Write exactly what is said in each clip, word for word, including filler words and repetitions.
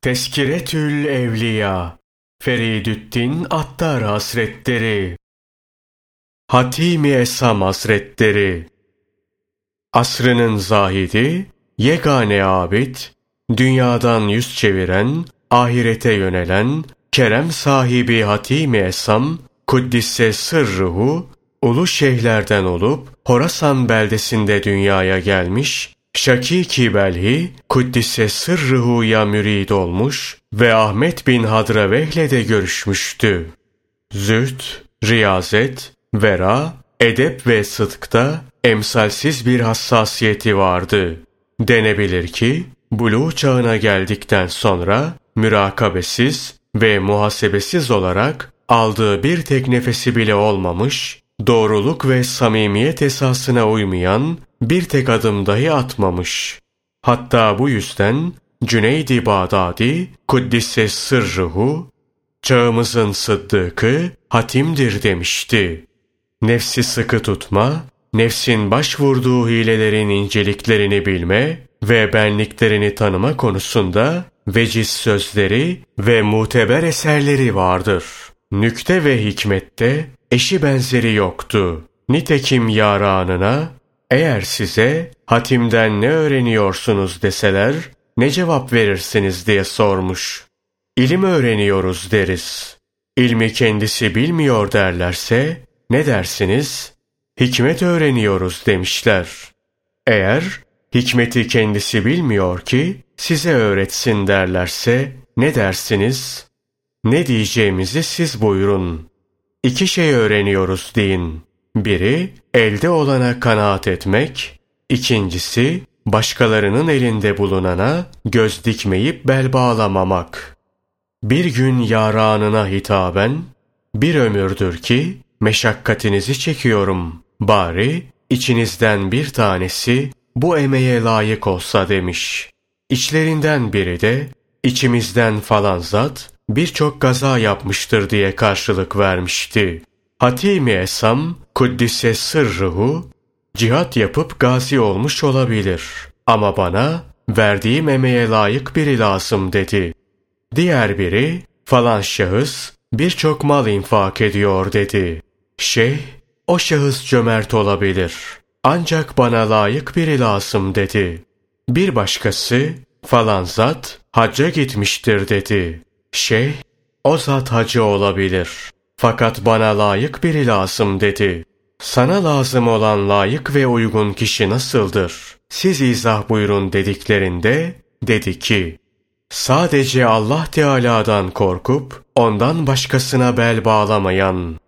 Tezkiretül Evliya Feridüddin Attar Hazretleri, Hatîm-i Esam Hazretleri, asrının zahidi, yegane abid, dünyadan yüz çeviren, ahirete yönelen, kerem sahibi Hatîm-i Esam, Kuddisse sırruhu, ulu şeyhlerden olup, Horasan beldesinde dünyaya gelmiş, Şakîk-i Belhi, Kuddisse sırruhu'ya mürid olmuş ve Ahmet bin Hadravehle de görüşmüştü. Zühd, riyazet, vera, edep ve sıdkta emsalsiz bir hassasiyeti vardı. Denebilir ki, buluğ çağına geldikten sonra mürakabesiz ve muhasebesiz olarak aldığı bir tek nefesi bile olmamış, doğruluk ve samimiyet esasına uymayan bir tek adım dahi atmamış. Hatta bu yüzden Cüneyd-i Bağdadi, Kuddisse sırruhu, çağımızın sıddıkı Hatim'dir demişti. Nefsi sıkı tutma, nefsin başvurduğu hilelerin inceliklerini bilme ve benliklerini tanıma konusunda veciz sözleri ve muteber eserleri vardır. Nükte ve hikmette eşi benzeri yoktu. Nitekim yaranına, eğer size Hatim'den ne öğreniyorsunuz deseler, ne cevap verirsiniz diye sormuş. İlim öğreniyoruz deriz. İlmi kendisi bilmiyor derlerse, ne dersiniz? Hikmet öğreniyoruz demişler. Eğer hikmeti kendisi bilmiyor ki size öğretsin derlerse, ne dersiniz? Ne diyeceğimizi siz buyurun. İki şey öğreniyoruz deyin. Biri, elde olana kanaat etmek. İkincisi, başkalarının elinde bulunana göz dikmeyip bel bağlamamak. Bir gün yaranına hitaben, bir ömürdür ki meşakkatinizi çekiyorum. Bari içinizden bir tanesi bu emeğe layık olsa demiş. İçlerinden biri de, içimizden falan zat birçok gaza yapmıştır diye karşılık vermişti. Hatîm-i Esam, Kuddisse sırruhu, cihat yapıp gazi olmuş olabilir. Ama bana verdiğim emeğe layık biri lazım dedi. Diğer biri, falan şahıs birçok mal infak ediyor dedi. Şeyh, o şahıs cömert olabilir. Ancak bana layık biri lazım dedi. Bir başkası, falan zat hacca gitmiştir dedi. Şeyh, o zat hacı olabilir. Fakat bana layık biri lazım dedi. Sana lazım olan layık ve uygun kişi nasıldır? Siz izah buyurun dediklerinde, dedi ki, sadece Allah Teala'dan korkup, ondan başkasına bel bağlamayan.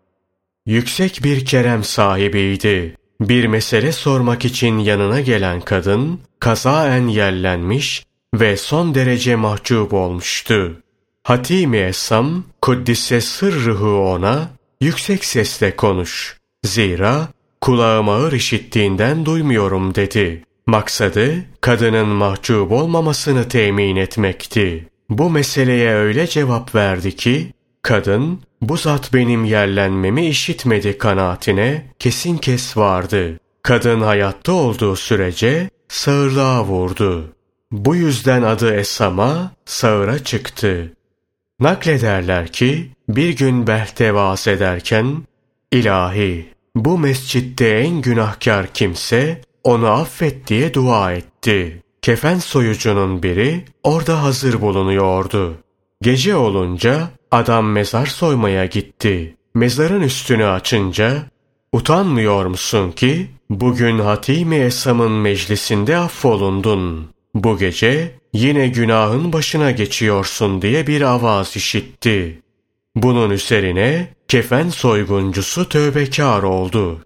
Yüksek bir kerem sahibiydi. Bir mesele sormak için yanına gelen kadın, kazaen yellenmiş ve son derece mahcup olmuştu. Hatîm-i Esam, Kuddisse sırruhu ona, yüksek sesle konuş. Zira kulağım ağır işittiğinden duymuyorum dedi. Maksadı, kadının mahcup olmamasını temin etmekti. Bu meseleye öyle cevap verdi ki, kadın, bu zat benim yerlenmemi işitmedi kanaatine kesin kes vardı. Kadın hayatta olduğu sürece sağırlığa vurdu. Bu yüzden adı Esam'a sağıra çıktı. Naklederler ki, bir gün Belh'te vaaz ederken, İlahi, bu mescitte en günahkar kimse, onu affet diye dua etti. Kefen soyucunun biri orada hazır bulunuyordu. Gece olunca adam mezar soymaya gitti. Mezarın üstünü açınca, utanmıyor musun ki bugün Hatîm-i Esam'ın meclisinde affolundun? Bu gece yine günahın başına geçiyorsun diye bir avaz işitti. Bunun üzerine kefen soyguncusu tövbekar oldu.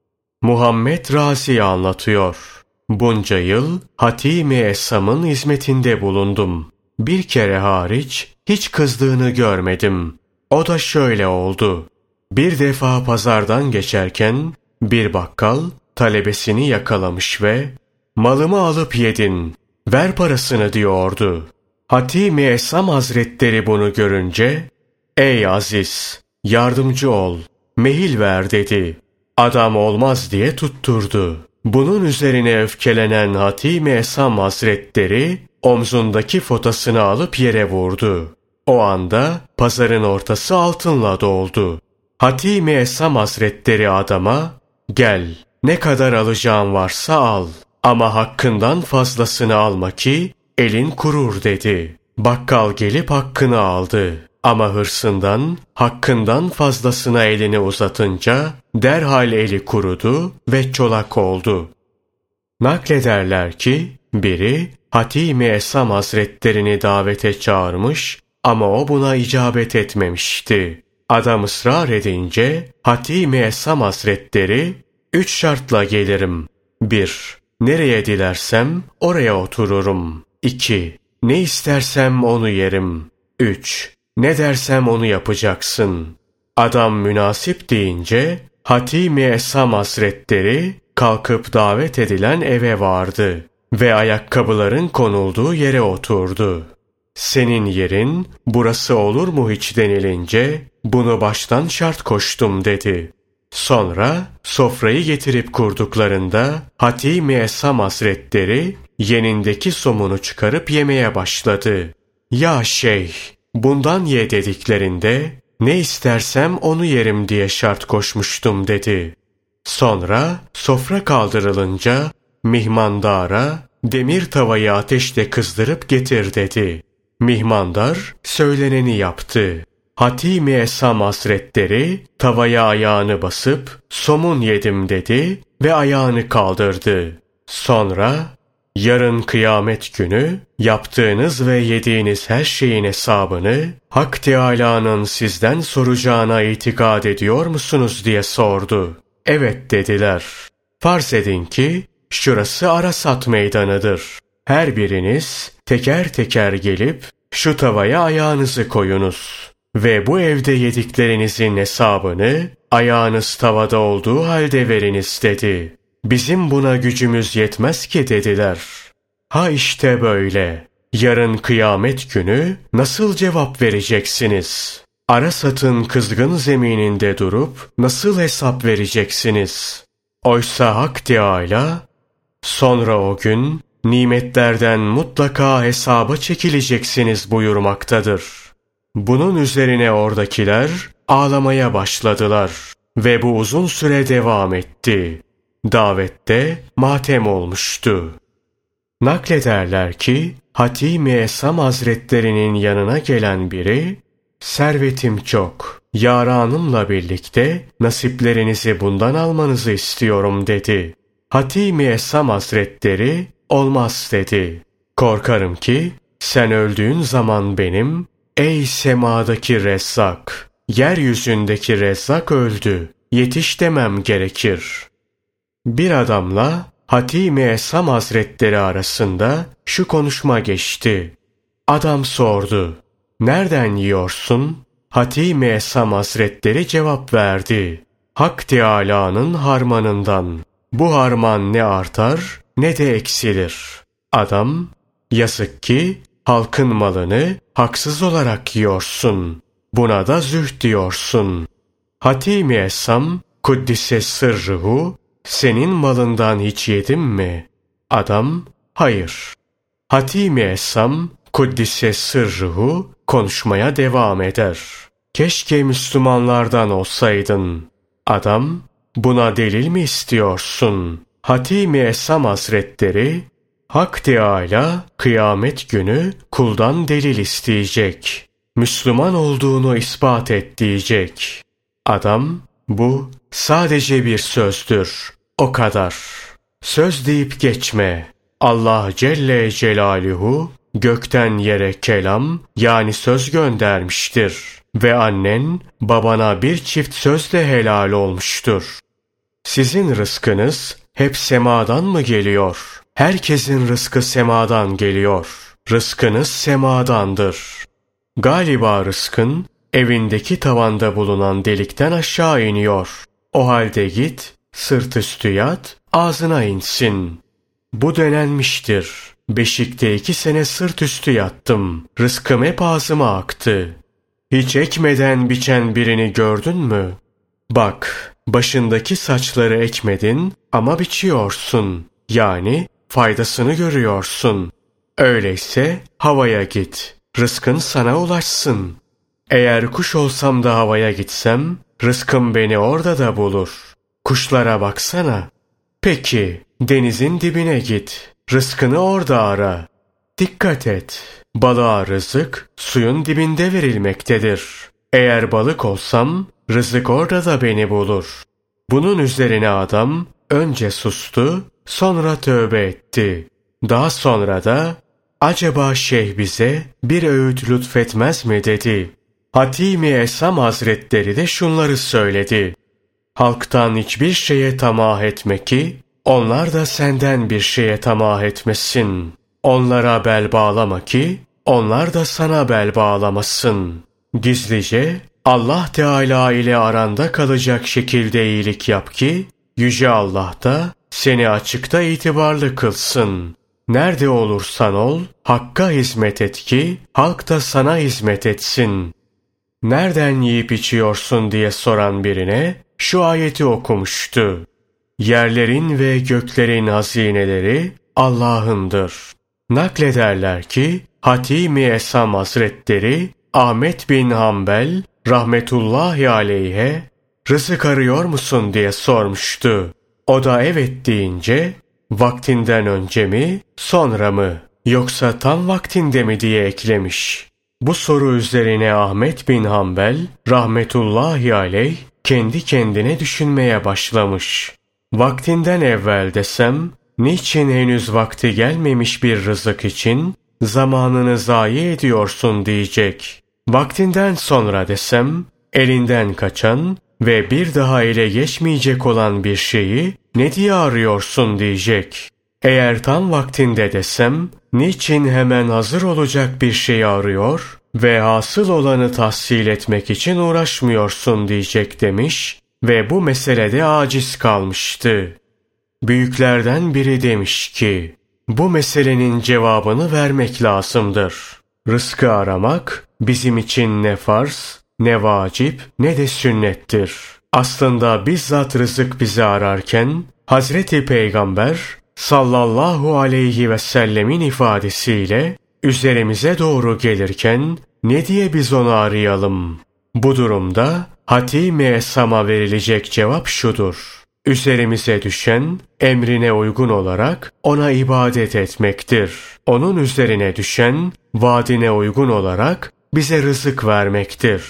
Muhammed Razi anlatıyor. Bunca yıl Hatîm-i Esam'ın hizmetinde bulundum. Bir kere hariç hiç kızdığını görmedim. O da şöyle oldu. Bir defa pazardan geçerken bir bakkal talebesini yakalamış ve malımı alıp yedin, ver parasını diyordu. Hatîm-i Esam Hazretleri bunu görünce, ey aziz, yardımcı ol, mehil ver dedi. Adam olmaz diye tutturdu. Bunun üzerine öfkelenen Hatîm-i Esam Hazretleri, omzundaki fotasını alıp yere vurdu. O anda pazarın ortası altınla doldu. Hatîm-i Esam Hazretleri adama, "Gel, ne kadar alacağın varsa al. Ama hakkından fazlasını alma ki elin kurur," dedi. Bakkal gelip hakkını aldı. Ama hırsından, hakkından fazlasına elini uzatınca derhal eli kurudu ve çolak oldu. Naklederler ki biri Hatîm-i Esam Hazretlerini davete çağırmış ama o buna icabet etmemişti. Adam ısrar edince Hatîm-i Esam Hazretleri, "Üç şartla gelirim. bir. Nereye dilersem oraya otururum. iki. Ne istersem onu yerim. üç. Ne dersem onu yapacaksın." Adam münasip deyince Hatîm-i Esam Hazretleri kalkıp davet edilen eve vardı ve ayakkabıların konulduğu yere oturdu. "Senin yerin burası olur mu hiç?" denilince, "Bunu baştan şart koştum," dedi. Sonra sofrayı getirip kurduklarında Hatîm-i Esam Hazretleri yenindeki somunu çıkarıp yemeye başladı. "Ya şeyh, bundan ye," dediklerinde, "Ne istersem onu yerim diye şart koşmuştum," dedi. Sonra sofra kaldırılınca mihmandara, "Demir tavayı ateşte kızdırıp getir," dedi. Mihmandar söyleneni yaptı. Hatîm-i Esam Hazretleri tavaya ayağını basıp "Somun yedim," dedi ve ayağını kaldırdı. Sonra, "Yarın kıyamet günü yaptığınız ve yediğiniz her şeyin hesabını Hak Teâlâ'nın sizden soracağına itikad ediyor musunuz?" diye sordu. "Evet," dediler. "Farz edin ki şurası Arasat meydanıdır. Her biriniz teker teker gelip şu tavaya ayağınızı koyunuz ve bu evde yediklerinizin hesabını ayağınız tavada olduğu halde veriniz," dedi. "Bizim buna gücümüz yetmez ki," dediler. Ha işte böyle. Yarın kıyamet günü nasıl cevap vereceksiniz? Arasat'ın kızgın zemininde durup nasıl hesap vereceksiniz? Oysa Hak Teâlâ, "Sonra o gün nimetlerden mutlaka hesaba çekileceksiniz," buyurmaktadır. Bunun üzerine oradakiler ağlamaya başladılar ve bu uzun süre devam etti. Davette matem olmuştu. Naklederler ki Hatîm-i Esam Hazretlerinin yanına gelen biri, "Servetim çok, yaranımla birlikte nasiplerinizi bundan almanızı istiyorum," dedi. Hatîm-i Esam Hazretleri, "Olmaz," dedi. "Korkarım ki sen öldüğün zaman benim, ey semadaki Rezzak, yeryüzündeki Rezzak öldü, yetiş demem gerekir." Bir adamla Hatîm-i Esam Hazretleri arasında şu konuşma geçti. Adam sordu, "Nereden yiyorsun?" Hatîm-i Esam Hazretleri cevap verdi. "Hak Teâlâ'nın harmanından. Bu harman ne artar ne de eksilir." Adam, "Yazık ki halkın malını haksız olarak yiyorsun. Buna da zühd diyorsun." Hatîm-i Esam, Kuddise sırrıhu, "Senin malından hiç yedim mi?" Adam, "Hayır." Hatîm-i Esam, Kuddise sırrıhu, konuşmaya devam eder. "Keşke Müslümanlardan olsaydın." Adam, "Buna delil mi istiyorsun?" Hatîm-i Esam Hazretleri, "Hak Teâlâ kıyamet günü kuldan delil isteyecek. Müslüman olduğunu ispat et," diyecek. Adam, "Bu sadece bir sözdür. O kadar. Söz deyip geçme. Allah Celle Celaluhu gökten yere kelam, yani söz göndermiştir. Ve annen babana bir çift sözle helal olmuştur. Sizin rızkınız hep semadan mı geliyor? Herkesin rızkı semadan geliyor. Rızkınız semadandır. Galiba rızkın evindeki tavanda bulunan delikten aşağı iniyor. O halde git, sırt üstü yat, ağzına insin. Bu denenmiştir. Beşikte iki sene sırt üstü yattım. Rızkım hep ağzıma aktı. Hiç ekmeden biçen birini gördün mü? Bak, başındaki saçları ekmedin ama biçiyorsun. Yani faydasını görüyorsun. Öyleyse havaya git, rızkın sana ulaşsın. Eğer kuş olsam da havaya gitsem, rızkım beni orada da bulur. Kuşlara baksana. Peki, denizin dibine git, rızkını orada ara. Dikkat et, balığa rızık suyun dibinde verilmektedir. Eğer balık olsam, rızık orada da beni bulur. Bunun üzerine adam önce sustu, sonra tövbe etti. Daha sonra da, acaba şeyh bize bir öğüt lütfetmez mi dedi. Hatîm-i Esam Hazretleri de şunları söyledi. Halktan hiçbir şeye tamah etme ki, onlar da senden bir şeye tamah etmesin. Onlara bel bağlama ki, onlar da sana bel bağlamasın. Gizlice, Allah Teala ile aranda kalacak şekilde iyilik yap ki, Yüce Allah da seni açıkta itibarlı kılsın. Nerede olursan ol, Hakk'a hizmet et ki, halk da sana hizmet etsin. Nereden yiyip içiyorsun diye soran birine şu ayeti okumuştu. Yerlerin ve göklerin hazineleri Allah'ındır. Naklederler ki, Hatîm-i Esam Hazretleri, Ahmet bin Hanbel, rahmetullahi aleyhe, rızık arıyor musun diye sormuştu. O da evet deyince, vaktinden önce mi, sonra mı, yoksa tam vaktinde mi diye eklemiş. Bu soru üzerine Ahmet bin Hanbel, rahmetullahi aleyh, kendi kendine düşünmeye başlamış. Vaktinden evvel desem, niçin henüz vakti gelmemiş bir rızık için zamanını zayi ediyorsun diyecek. Vaktinden sonra desem, elinden kaçan ve bir daha ele geçmeyecek olan bir şeyi ne diye arıyorsun diyecek. Eğer tam vaktinde desem, niçin hemen hazır olacak bir şeyi arıyor ve hasıl olanı tahsil etmek için uğraşmıyorsun diyecek demiş ve bu meselede aciz kalmıştı. Büyüklerden biri demiş ki, bu meselenin cevabını vermek lazımdır. Rızkı aramak bizim için ne farz, ne vacip, ne de sünnettir. Aslında bizzat rızık bizi ararken, Hazreti Peygamber sallallahu aleyhi ve sellemin ifadesiyle üzerimize doğru gelirken ne diye biz onu arayalım? Bu durumda Hatîm-i Esam'a verilecek cevap şudur. Üzerimize düşen emrine uygun olarak ona ibadet etmektir. Onun üzerine düşen vaadine uygun olarak bize rızık vermektir.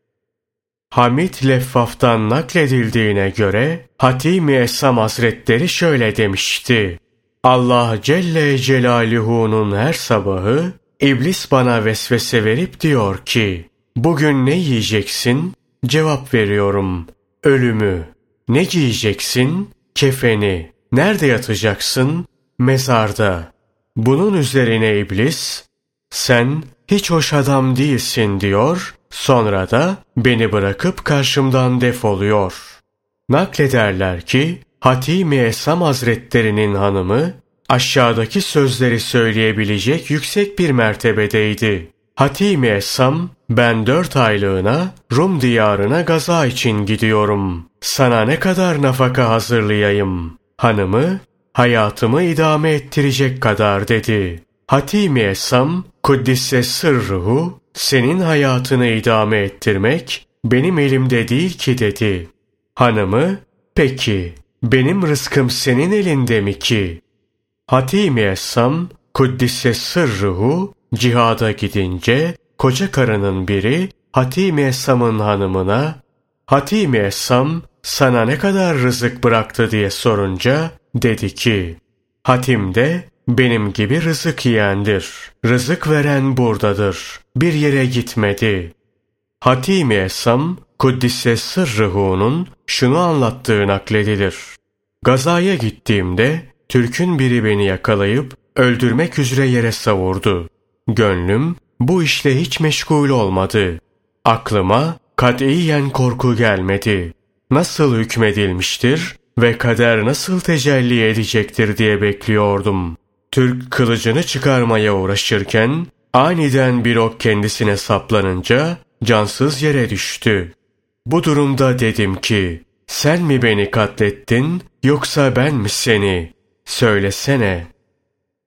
Hamid Leffaf'tan nakledildiğine göre Hatîm-i Esam Hazretleri şöyle demişti. Allah Celle Celaluhu'nun her sabahı İblis bana vesvese verip diyor ki, bugün ne yiyeceksin? Cevap veriyorum, ölümü. Ne giyeceksin? Kefeni. Nerede yatacaksın? Mezarda. Bunun üzerine iblis, sen hiç hoş adam değilsin diyor, sonra da beni bırakıp karşımdan defoluyor. Naklederler ki, Hatîm-i Esam Hazretlerinin hanımı, aşağıdaki sözleri söyleyebilecek yüksek bir mertebedeydi. Hatîm-i Esam, ben dört aylığına Rum diyarına gaza için gidiyorum. Sana ne kadar nafaka hazırlayayım? Hanımı, hayatımı idame ettirecek kadar dedi. Hatîm-i Esam, Kuddisse sırruhu, senin hayatını idame ettirmek benim elimde değil ki dedi. Hanımı, peki benim rızkım senin elinde mi ki? Hatîm-i Esam, Kuddisse sırruhu, cihada gidince koca karının biri Hatîm-i Esam'ın hanımına, Hatîm-i Esam sana ne kadar rızık bıraktı diye sorunca dedi ki, Hatim de benim gibi rızık yiyendir. Rızık veren buradadır. Bir yere gitmedi. Hatîm-i Esam, Kuddisse sırruhu'nun şunu anlattığı nakledilir. Gazaya gittiğimde Türk'ün biri beni yakalayıp öldürmek üzere yere savurdu. Gönlüm bu işle hiç meşgul olmadı. Aklıma katiyen korku gelmedi. Nasıl hükmedilmiştir ve kader nasıl tecelli edecektir diye bekliyordum. Türk kılıcını çıkarmaya uğraşırken aniden bir ok kendisine saplanınca cansız yere düştü. Bu durumda dedim ki, sen mi beni katlettin yoksa ben mi seni? Söylesene.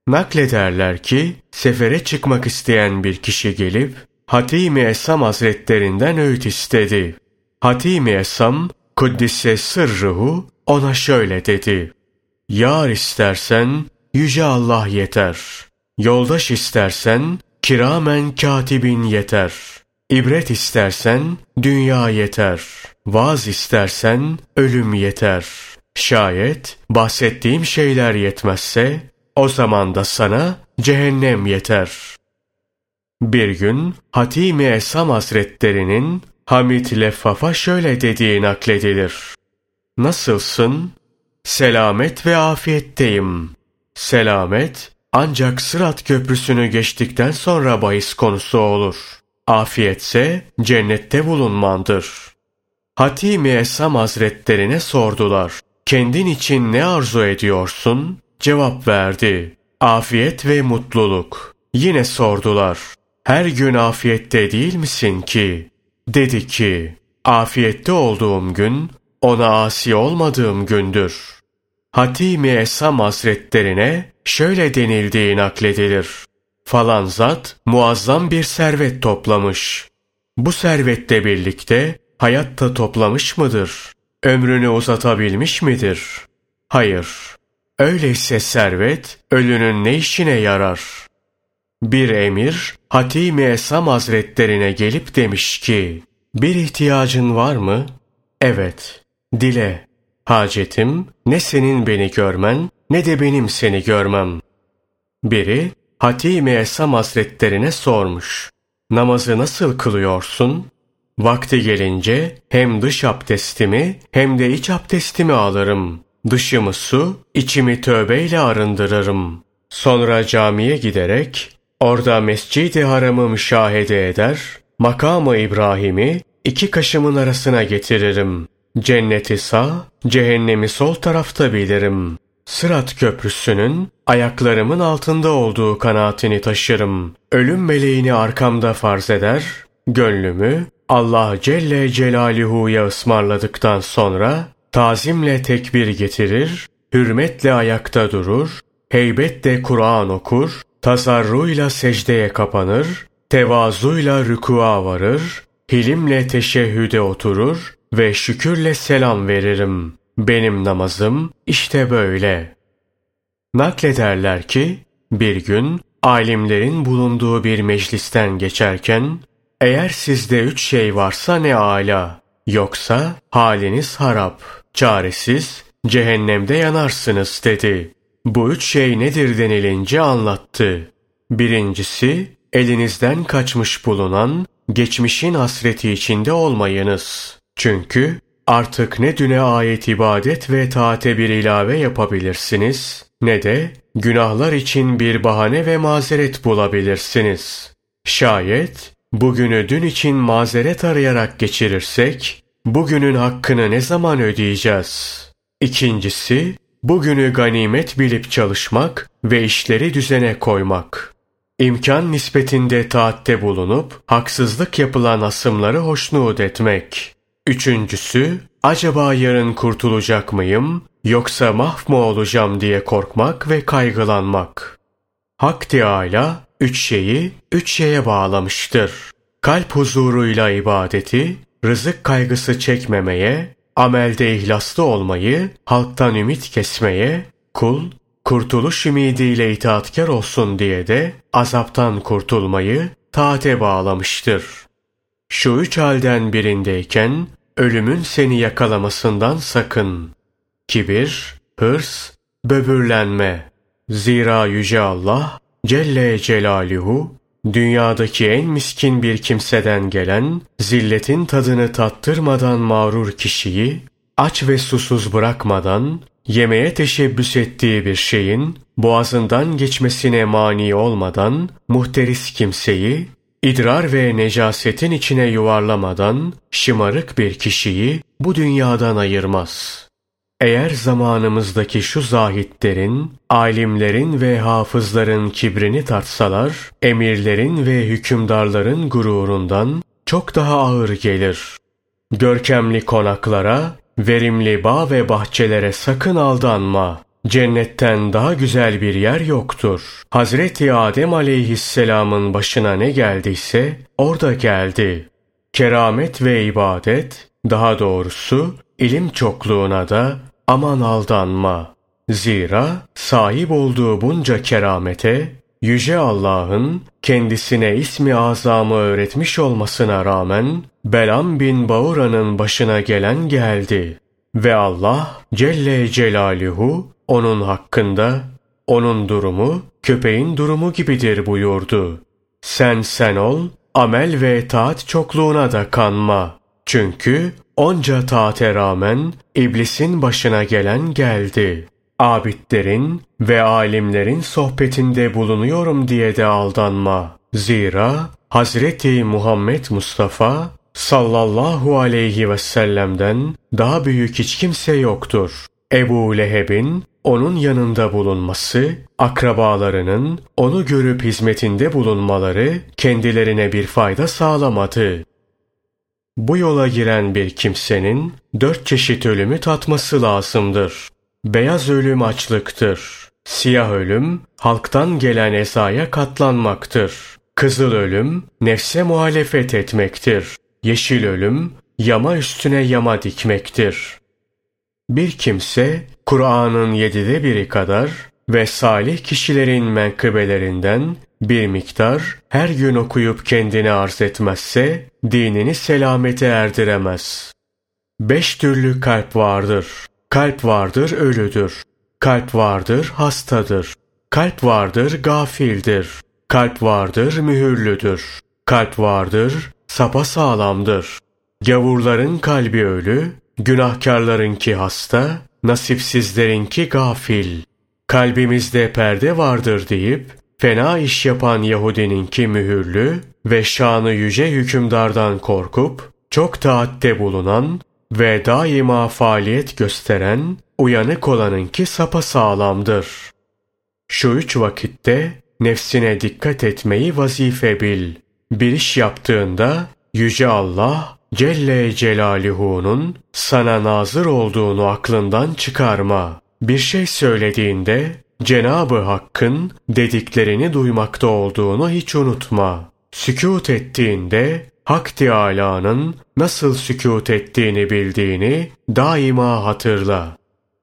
Naklederler ki sefere çıkmak isteyen bir kişi gelip Hatim-i Esam Hazretlerinden öğüt istedi. Hatim-i Esam Kuddise sırruhu ona şöyle dedi: Yar istersen yüce Allah yeter. Yoldaş istersen kiramen katibin yeter. İbret istersen dünya yeter. Vaaz istersen ölüm yeter. Şayet bahsettiğim şeyler yetmezse o zaman da sana cehennem yeter. Bir gün Hatim-i Esam Hazretleri'nin Hamid Leffaf'a şöyle dediği nakledilir: Nasılsın? Selamet ve afiyetteyim. Selamet ancak Sırat Köprüsü'nü geçtikten sonra bahis konusu olur. Afiyetse cennette bulunmandır. Hatim-i Esam Hazretlerine sordular: Kendin için ne arzu ediyorsun? Cevap verdi: Afiyet ve mutluluk. Yine sordular: Her gün afiyette değil misin ki? Dedi ki: Afiyette olduğum gün ona asi olmadığım gündür. Hatim-i Esam Hazretlerine şöyle denildiği nakledilir: Falan zat muazzam bir servet toplamış. Bu servetle birlikte hayat da toplamış mıdır? Ömrünü uzatabilmiş midir? Hayır. Öyleyse servet ölünün ne işine yarar? Bir emir Hatim-i Esam Hazretlerine gelip demiş ki: Bir ihtiyacın var mı? Evet. Dile. Hacetim ne senin beni görmen ne de benim seni görmem. Biri Hatim-i Esam Hazretlerine sormuş: Namazı nasıl kılıyorsun? Vakti gelince hem dış abdestimi hem de iç abdestimi alırım. Dışımı su, içimi tövbeyle arındırırım. Sonra camiye giderek orada Mescid-i Haram'ı müşahede eder, makamı İbrahim'i iki kaşımın arasına getiririm. Cenneti sağ, cehennemi sol tarafta bilirim. Sırat Köprüsü'nün ayaklarımın altında olduğu kanaatini taşırım. Ölüm meleğini arkamda farz eder, gönlümü Allah Celle Celaluhu'ya ısmarladıktan sonra tazimle tekbir getirir, hürmetle ayakta durur, heybetle Kur'an okur, tazarruyla secdeye kapanır, tevazuyla rükûa varır, hilimle teşehhüde oturur ve şükürle selam veririm. Benim namazım işte böyle. Naklederler ki bir gün alimlerin bulunduğu bir meclisten geçerken eğer sizde üç şey varsa ne âlâ, yoksa haliniz harap, çaresiz cehennemde yanarsınız dedi. Bu üç şey nedir denilince anlattı. Birincisi elinizden kaçmış bulunan geçmişin hasreti içinde olmayınız. Çünkü artık ne düne ait ibadet ve taate bir ilave yapabilirsiniz ne de günahlar için bir bahane ve mazeret bulabilirsiniz. Şayet bugünü dün için mazeret arayarak geçirirsek bugünün hakkını ne zaman ödeyeceğiz? İkincisi bugünü ganimet bilip çalışmak ve işleri düzene koymak. İmkan nispetinde taatte bulunup haksızlık yapılan asımları hoşnut etmek. Üçüncüsü, acaba yarın kurtulacak mıyım yoksa mahv mu olacağım diye korkmak ve kaygılanmak. Hak Teâlâ üç şeyi üç şeye bağlamıştır. Kalp huzuruyla ibadeti, rızık kaygısı çekmemeye, amelde ihlaslı olmayı, halktan ümit kesmeye, kul kurtuluş ümidiyle itaatkar olsun diye de azaptan kurtulmayı taate bağlamıştır. Şu üç halden birindeyken ölümün seni yakalamasından sakın. Kibir, hırs, böbürlenme. Zira Yüce Allah Celle Celaluhu dünyadaki en miskin bir kimseden gelen zilletin tadını tattırmadan mağrur kişiyi aç ve susuz bırakmadan yemeye teşebbüs ettiği bir şeyin boğazından geçmesine mani olmadan muhteris kimseyi idrar ve necasetin içine yuvarlamadan şımarık bir kişiyi bu dünyadan ayırmaz. Eğer zamanımızdaki şu zahitlerin, alimlerin ve hafızların kibrini tartsalar, emirlerin ve hükümdarların gururundan çok daha ağır gelir. Görkemli konaklara, verimli bağ ve bahçelere sakın aldanma. Cennetten daha güzel bir yer yoktur. Hazreti Adem aleyhisselamın başına ne geldiyse orada geldi. Keramet ve ibadet, daha doğrusu ilim çokluğuna da aman aldanma. Zira sahip olduğu bunca keramete, Yüce Allah'ın kendisine ismi azamı öğretmiş olmasına rağmen Belam bin Baura'nın başına gelen geldi. Ve Allah Celle Celaluhu onun hakkında, onun durumu köpeğin durumu gibidir buyurdu. Sen sen ol, amel ve taat çokluğuna da kanma. Çünkü onca taate rağmen iblisin başına gelen geldi. Abidlerin ve alimlerin sohbetinde bulunuyorum diye de aldanma. Zira Hazreti Muhammed Mustafa sallallahu aleyhi ve sellem'den daha büyük hiç kimse yoktur. Ebu Leheb'in onun yanında bulunması, akrabalarının onu görüp hizmetinde bulunmaları kendilerine bir fayda sağlamadı. Bu yola giren bir kimsenin dört çeşit ölümü tatması lazımdır. Beyaz ölüm açlıktır. Siyah ölüm halktan gelen ezaya katlanmaktır. Kızıl ölüm nefse muhalefet etmektir. Yeşil ölüm yama üstüne yama dikmektir. Bir kimse Kur'an'ın yedide biri kadar ve salih kişilerin menkıbelerinden bir miktar her gün okuyup kendini arz etmezse dinini selamete erdiremez. Beş türlü kalp vardır. Kalp vardır ölüdür. Kalp vardır hastadır. Kalp vardır gafildir. Kalp vardır mühürlüdür. Kalp vardır sapasağlamdır. Gavurların kalbi ölü, günahkarlarınki hasta, nasipsizlerinki gafil. Kalbimizde perde vardır deyip fena iş yapan Yahudininki mühürlü ve şanı yüce hükümdardan korkup çok taatte bulunan ve daima faaliyet gösteren uyanık olanınki sapasağlamdır. Şu üç vakitte nefsine dikkat etmeyi vazife bil. Bir iş yaptığında Yüce Allah Celle Celaluhu'nun sana nazır olduğunu aklından çıkarma. Bir şey söylediğinde Cenab-ı Hakk'ın dediklerini duymakta olduğunu hiç unutma. Sükût ettiğinde Hak Teâlâ'nın nasıl sükût ettiğini bildiğini daima hatırla.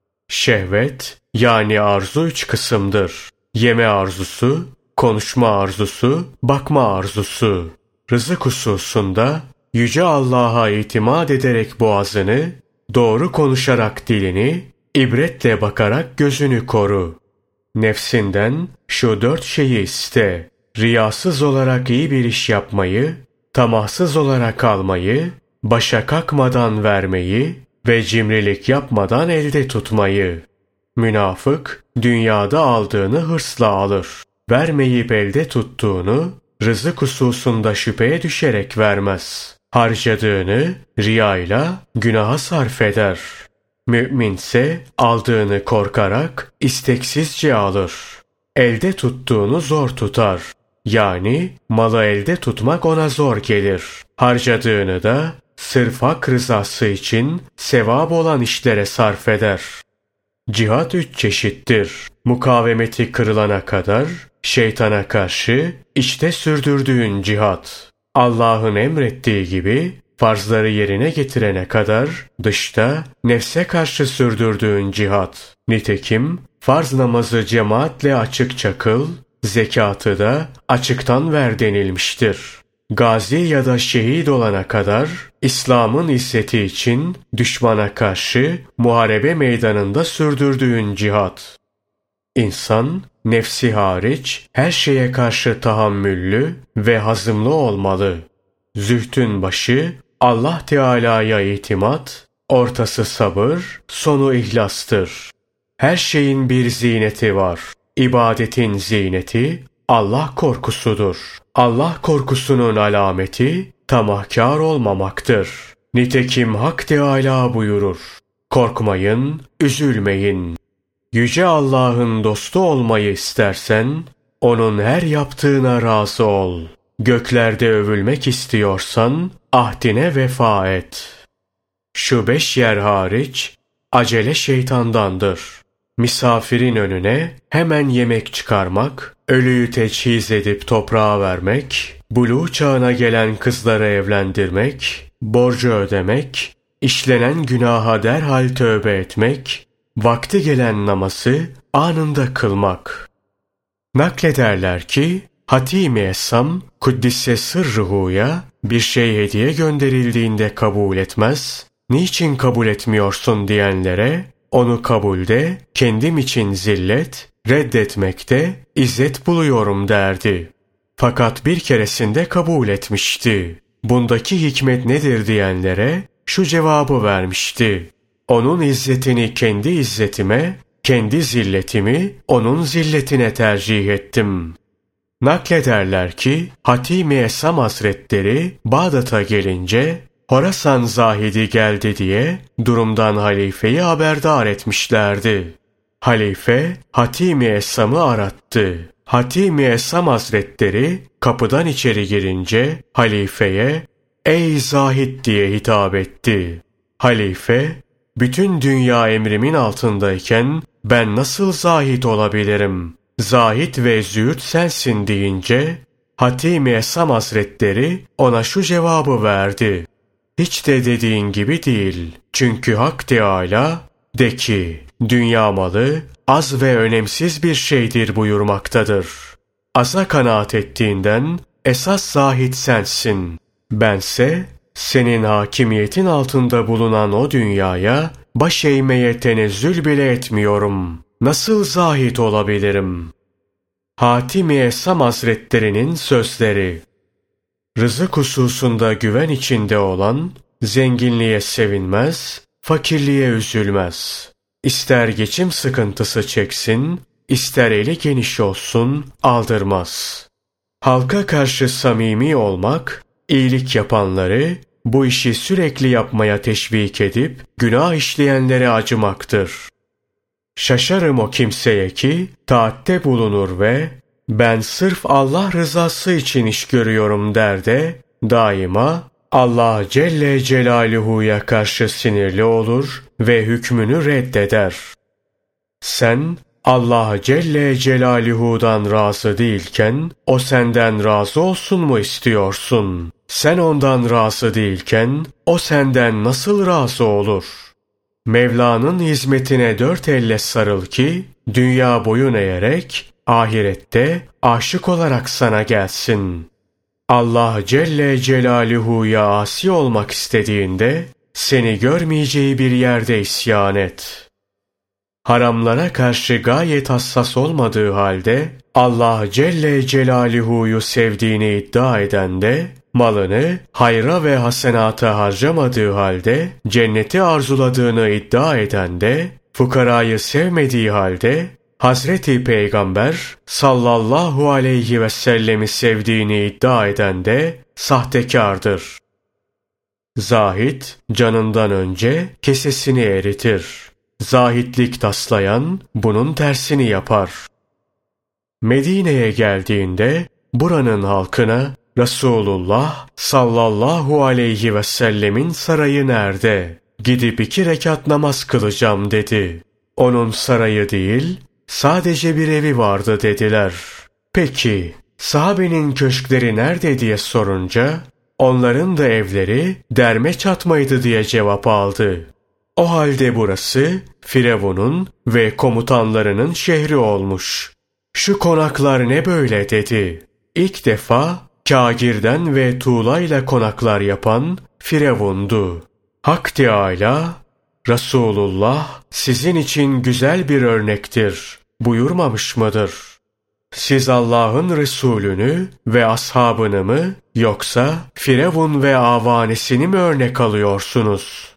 Şehvet yani arzu üç kısımdır. Yeme arzusu, konuşma arzusu, bakma arzusu. Rızık hususunda Yüce Allah'a itimat ederek boğazını, doğru konuşarak dilini, ibretle bakarak gözünü koru. Nefsinden şu dört şeyi iste. Riyasız olarak iyi bir iş yapmayı, tamahsız olarak almayı, başa kalkmadan vermeyi ve cimrilik yapmadan elde tutmayı. Münafık, dünyada aldığını hırsla alır. Vermeyip elde tuttuğunu, rızık hususunda şüpheye düşerek vermez. Harcadığını riyayla günaha sarf eder. Mü'minse aldığını korkarak isteksizce alır. Elde tuttuğunu zor tutar. Yani malı elde tutmak ona zor gelir. Harcadığını da sırf hak rızası için sevap olan işlere sarf eder. Cihat üç çeşittir. Mukavemeti kırılana kadar şeytana karşı içte sürdürdüğün cihat. Allah'ın emrettiği gibi farzları yerine getirene kadar dışta nefse karşı sürdürdüğün cihat. Nitekim farz namazı cemaatle açıkça kıl, zekatı da açıktan ver denilmiştir. Gazi ya da şehit olana kadar İslam'ın izzeti için düşmana karşı muharebe meydanında sürdürdüğün cihat. İnsan nefsi hariç her şeye karşı tahammüllü ve hazımlı olmalı. Zühdün başı Allah Teala'ya itimat, ortası sabır, sonu ihlastır. Her şeyin bir zineti var. İbadetin zineti Allah korkusudur. Allah korkusunun alameti tamahkar olmamaktır. Nitekim Hak Teâlâ buyurur: korkmayın, üzülmeyin. Yüce Allah'ın dostu olmayı istersen, onun her yaptığına razı ol. Göklerde övülmek istiyorsan, ahdine vefa et. Şu beş yer hariç, acele şeytandandır. misafirin önüne hemen yemek çıkarmak, ölüyü teçhiz edip toprağa vermek, buluğ çağına gelen kızları evlendirmek, borcu ödemek, işlenen günaha derhal tövbe etmek, vakti gelen namazı anında kılmak. Naklederler ki, Hatim-i Essam, Kuddisse Sırrıhu'ya bir şey hediye gönderildiğinde kabul etmez, niçin kabul etmiyorsun diyenlere, onu kabulde kendim için zillet, reddetmekte izzet buluyorum derdi. Fakat bir keresinde kabul etmişti. Bundaki hikmet nedir diyenlere şu cevabı vermişti: onun izzetini kendi izzetime, kendi zilletimi onun zilletine tercih ettim. Naklederler ki Hatim-i Essam Hazretleri Bağdat'a gelince Horasan zahidi geldi diye durumdan halifeyi haberdar etmişlerdi. Halife Hatim-i Essam'ı arattı. Hatim-i Essam Hazretleri kapıdan içeri girince halifeye "Ey zahid" diye hitap etti. Halife, bütün dünya emrimin altındayken ben nasıl zahid olabilirim? Zahid ve züğürt sensin deyince Hatim-i Essam Hazretleri ona şu cevabı verdi: hiç de dediğin gibi değil. Çünkü Hak Teâlâ de ki dünya malı az ve önemsiz bir şeydir buyurmaktadır. Aza kanaat ettiğinden esas zahid sensin. Bense senin hakimiyetin altında bulunan o dünyaya baş eğmeye tenezzül bile etmiyorum. Nasıl zahid olabilirim? Hatim-i Essam Hazretleri'nin sözleri. Rızık hususunda güven içinde olan, zenginliğe sevinmez, fakirliğe üzülmez. İster geçim sıkıntısı çeksin, ister eli geniş olsun, aldırmaz. Halka karşı samimi olmak, iyilik yapanları bu işi sürekli yapmaya teşvik edip günah işleyenlere acımaktır. Şaşarım o kimseye ki taatte bulunur ve ben sırf Allah rızası için iş görüyorum der de daima Allah Celle Celaluhu'ya karşı sinirli olur ve hükmünü reddeder. Sen Allah Celle Celaluhu'dan razı değilken o senden razı olsun mu istiyorsun? Sen ondan razı değilken o senden nasıl razı olur? Mevla'nın hizmetine dört elle sarıl ki dünya boyun eğerek ahirette aşık olarak sana gelsin. Allah Celle Celaluhu'ya asi olmak istediğinde seni görmeyeceği bir yerde isyan et. Haramlara karşı gayet hassas olmadığı halde Allah Celle Celaluhu'yu sevdiğini iddia eden de malını hayra ve hasenata harcamadığı halde cenneti arzuladığını iddia eden de fukarayı sevmediği halde Hazreti Peygamber sallallahu aleyhi ve sellemi sevdiğini iddia eden de sahtekardır. Zahid canından önce kesesini eritir. Zahitlik taslayan bunun tersini yapar. Medine'ye geldiğinde buranın halkına Resulullah sallallahu aleyhi ve sellemin sarayı nerede? Gidip iki rekat namaz kılacağım dedi. Onun sarayı değil, sadece bir evi vardı dediler. Peki, sahabenin köşkleri nerede diye sorunca, onların da evleri derme çatmaydı diye cevap aldı. O halde burası Firavun'un ve komutanlarının şehri olmuş. Şu konaklar ne böyle dedi. İlk defa kâgirden ve tuğlayla konaklar yapan Firavun'du. Hak Teâlâ, Resulullah sizin için güzel bir örnektir buyurmamış mıdır? Siz Allah'ın Resulünü ve ashabını mı yoksa Firavun ve avanesini mi örnek alıyorsunuz?